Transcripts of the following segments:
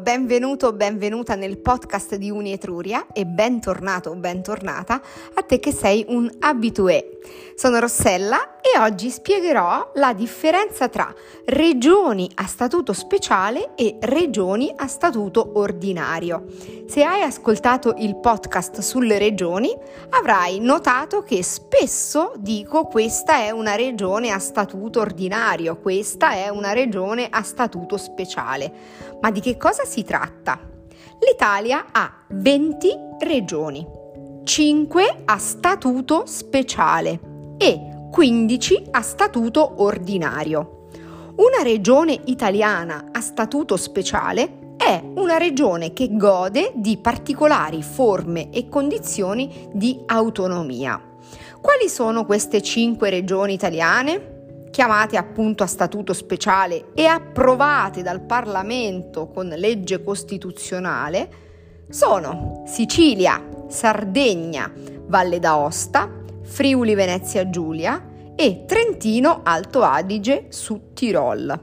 benvenuto o benvenuta nel podcast di Unietruria e bentornato o bentornata a te che sei un habitué. Sono Rossella e oggi spiegherò la differenza tra regioni a statuto speciale e regioni a statuto ordinario. Se hai ascoltato il podcast sulle regioni, avrai notato che spesso dico questa è una regione a statuto ordinario, questa è una regione a statuto speciale. Ma di che cosa si tratta? L'Italia ha 20 regioni, 5 a statuto speciale e 15 a statuto ordinario. Una regione italiana a statuto speciale è una regione che gode di particolari forme e condizioni di autonomia. Quali sono queste 5 regioni italiane? Chiamate appunto a statuto speciale e approvate dal Parlamento con legge costituzionale, sono Sicilia, Sardegna, Valle d'Aosta, Friuli Venezia Giulia e Trentino Alto Adige Sud Tirol.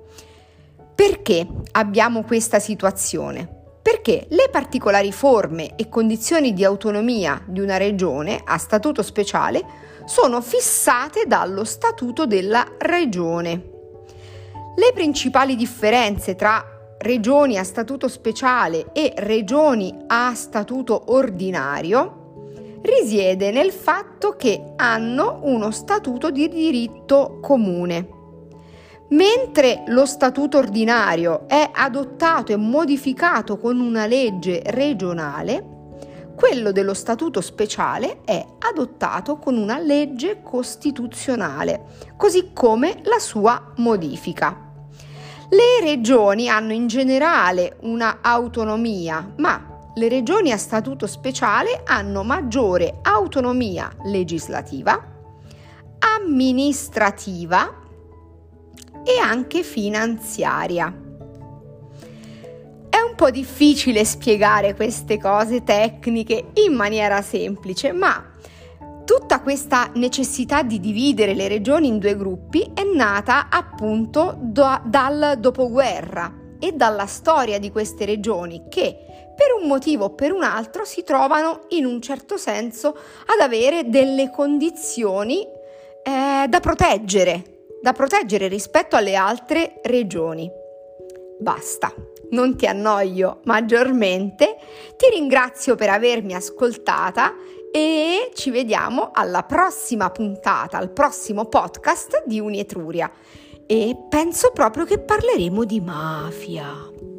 Perché abbiamo questa situazione? Perché le particolari forme e condizioni di autonomia di una regione a statuto speciale sono fissate dallo statuto della regione. Le principali differenze tra regioni a statuto speciale e regioni a statuto ordinario risiede nel fatto che hanno uno statuto di diritto comune. Mentre lo statuto ordinario è adottato e modificato con una legge regionale, quello dello statuto speciale è adottato con una legge costituzionale, così come la sua modifica. Le regioni hanno in generale una autonomia, ma le regioni a statuto speciale hanno maggiore autonomia legislativa, amministrativa e anche finanziaria. È un po' difficile spiegare queste cose tecniche in maniera semplice, ma tutta questa necessità di dividere le regioni in due gruppi è nata appunto dal dopoguerra e dalla storia di queste regioni che per un motivo o per un altro si trovano in un certo senso ad avere delle condizioni da proteggere rispetto alle altre regioni. Basta, non ti annoio maggiormente, ti ringrazio per avermi ascoltata e ci vediamo alla prossima puntata, al prossimo podcast di Unietruria e penso proprio che parleremo di mafia.